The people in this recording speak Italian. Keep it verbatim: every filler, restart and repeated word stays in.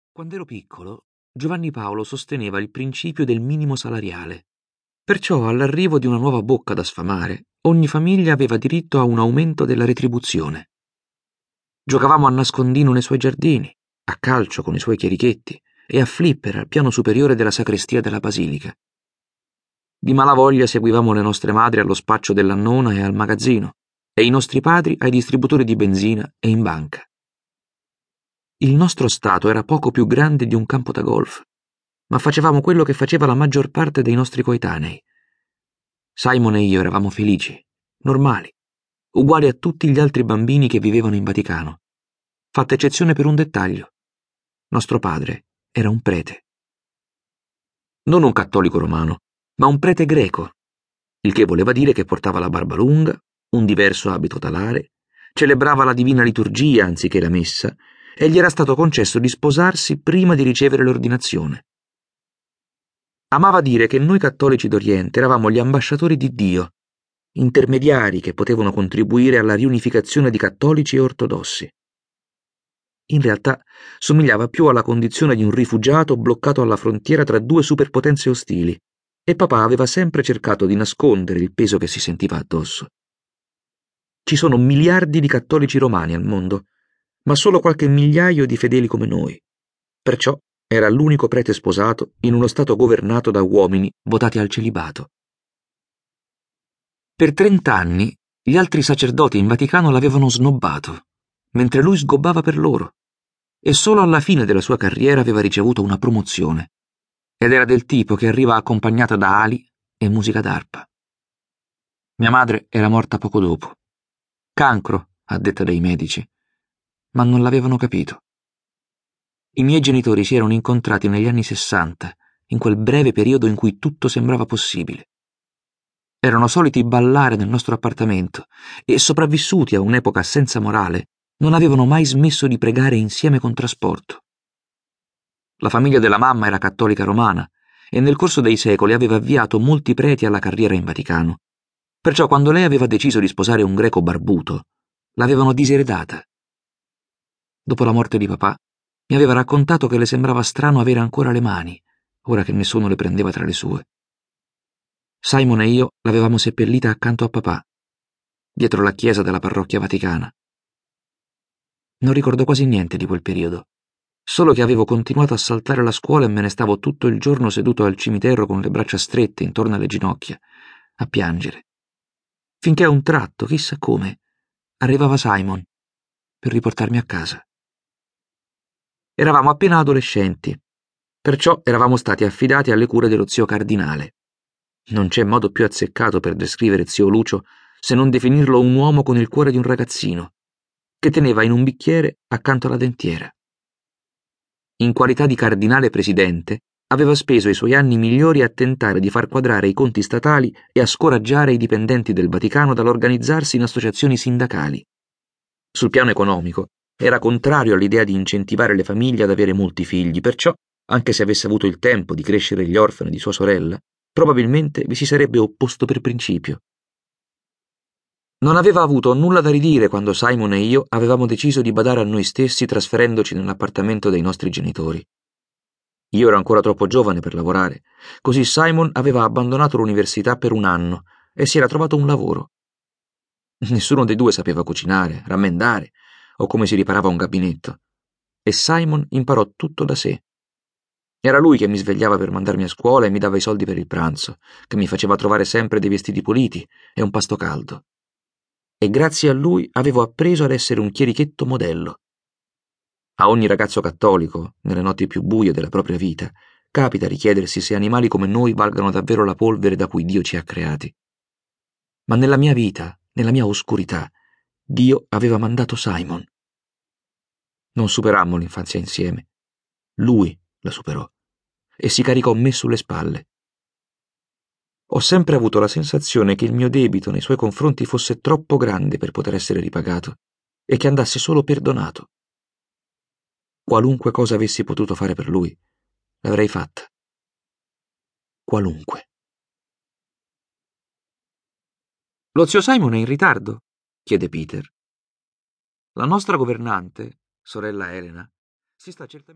Quando ero piccolo, Giovanni Paolo sosteneva il principio del minimo salariale. Perciò, all'arrivo di una nuova bocca da sfamare, ogni famiglia aveva diritto a un aumento della retribuzione. Giocavamo a nascondino nei suoi giardini, a calcio con i suoi chierichetti e a flipper al piano superiore della sacrestia della basilica. Di malavoglia seguivamo le nostre madri allo spaccio dell'Annona e al magazzino, e i nostri padri ai distributori di benzina e in banca. Il nostro stato era poco più grande di un campo da golf, ma facevamo quello che faceva la maggior parte dei nostri coetanei. Simon e io eravamo felici, normali, uguali a tutti gli altri bambini che vivevano in Vaticano, fatta eccezione per un dettaglio. Nostro padre era un prete. Non un cattolico romano, ma un prete greco, il che voleva dire che portava la barba lunga, un diverso abito talare, celebrava la divina liturgia anziché la messa, e gli era stato concesso di sposarsi prima di ricevere l'ordinazione. Amava dire che noi cattolici d'Oriente eravamo gli ambasciatori di Dio, intermediari che potevano contribuire alla riunificazione di cattolici e ortodossi. In realtà somigliava più alla condizione di un rifugiato bloccato alla frontiera tra due superpotenze ostili, e papà aveva sempre cercato di nascondere il peso che si sentiva addosso. Ci sono miliardi di cattolici romani al mondo, ma solo qualche migliaio di fedeli come noi. Perciò era l'unico prete sposato in uno stato governato da uomini votati al celibato. Per trent'anni gli altri sacerdoti in Vaticano l'avevano snobbato, mentre lui sgobbava per loro, e solo alla fine della sua carriera aveva ricevuto una promozione, ed era del tipo che arriva accompagnata da ali e musica d'arpa. Mia madre era morta poco dopo. Cancro, a detta dei medici, ma non l'avevano capito. I miei genitori si erano incontrati negli anni sessanta, in quel breve periodo in cui tutto sembrava possibile. Erano soliti ballare nel nostro appartamento e, sopravvissuti a un'epoca senza morale, non avevano mai smesso di pregare insieme con trasporto. La famiglia della mamma era cattolica romana e nel corso dei secoli aveva avviato molti preti alla carriera in Vaticano. Perciò quando lei aveva deciso di sposare un greco barbuto, l'avevano diseredata. Dopo la morte di papà, mi aveva raccontato che le sembrava strano avere ancora le mani, ora che nessuno le prendeva tra le sue. Simon e io l'avevamo seppellita accanto a papà, dietro la chiesa della parrocchia vaticana. Non ricordo quasi niente di quel periodo, solo che avevo continuato a saltare la scuola e me ne stavo tutto il giorno seduto al cimitero con le braccia strette intorno alle ginocchia, a piangere. Finché a un tratto, chissà come, arrivava Simon per riportarmi a casa. Eravamo appena adolescenti, perciò eravamo stati affidati alle cure dello zio cardinale. Non c'è modo più azzeccato per descrivere zio Lucio se non definirlo un uomo con il cuore di un ragazzino, che teneva in un bicchiere accanto alla dentiera. In qualità di cardinale presidente, aveva speso i suoi anni migliori a tentare di far quadrare i conti statali e a scoraggiare i dipendenti del Vaticano dall'organizzarsi in associazioni sindacali. Sul piano economico, era contrario all'idea di incentivare le famiglie ad avere molti figli, perciò, anche se avesse avuto il tempo di crescere gli orfani di sua sorella, probabilmente vi si sarebbe opposto per principio. Non aveva avuto nulla da ridire quando Simon e io avevamo deciso di badare a noi stessi trasferendoci nell'appartamento dei nostri genitori. Io ero ancora troppo giovane per lavorare, così Simon aveva abbandonato l'università per un anno e si era trovato un lavoro. Nessuno dei due sapeva cucinare, rammendare o come si riparava un gabinetto, e Simon imparò tutto da sé. Era lui che mi svegliava per mandarmi a scuola e mi dava i soldi per il pranzo, che mi faceva trovare sempre dei vestiti puliti e un pasto caldo. E grazie a lui avevo appreso ad essere un chierichetto modello. A ogni ragazzo cattolico, nelle notti più buie della propria vita, capita di chiedersi se animali come noi valgano davvero la polvere da cui Dio ci ha creati. Ma nella mia vita, nella mia oscurità, Dio aveva mandato Simon. Non superammo l'infanzia insieme. Lui la superò e si caricò me sulle spalle. Ho sempre avuto la sensazione che il mio debito nei suoi confronti fosse troppo grande per poter essere ripagato e che andasse solo perdonato. Qualunque cosa avessi potuto fare per lui, l'avrei fatta. Qualunque. Lo zio Simon è in ritardo? Chiede Peter. La nostra governante, sorella Elena, si sta certamente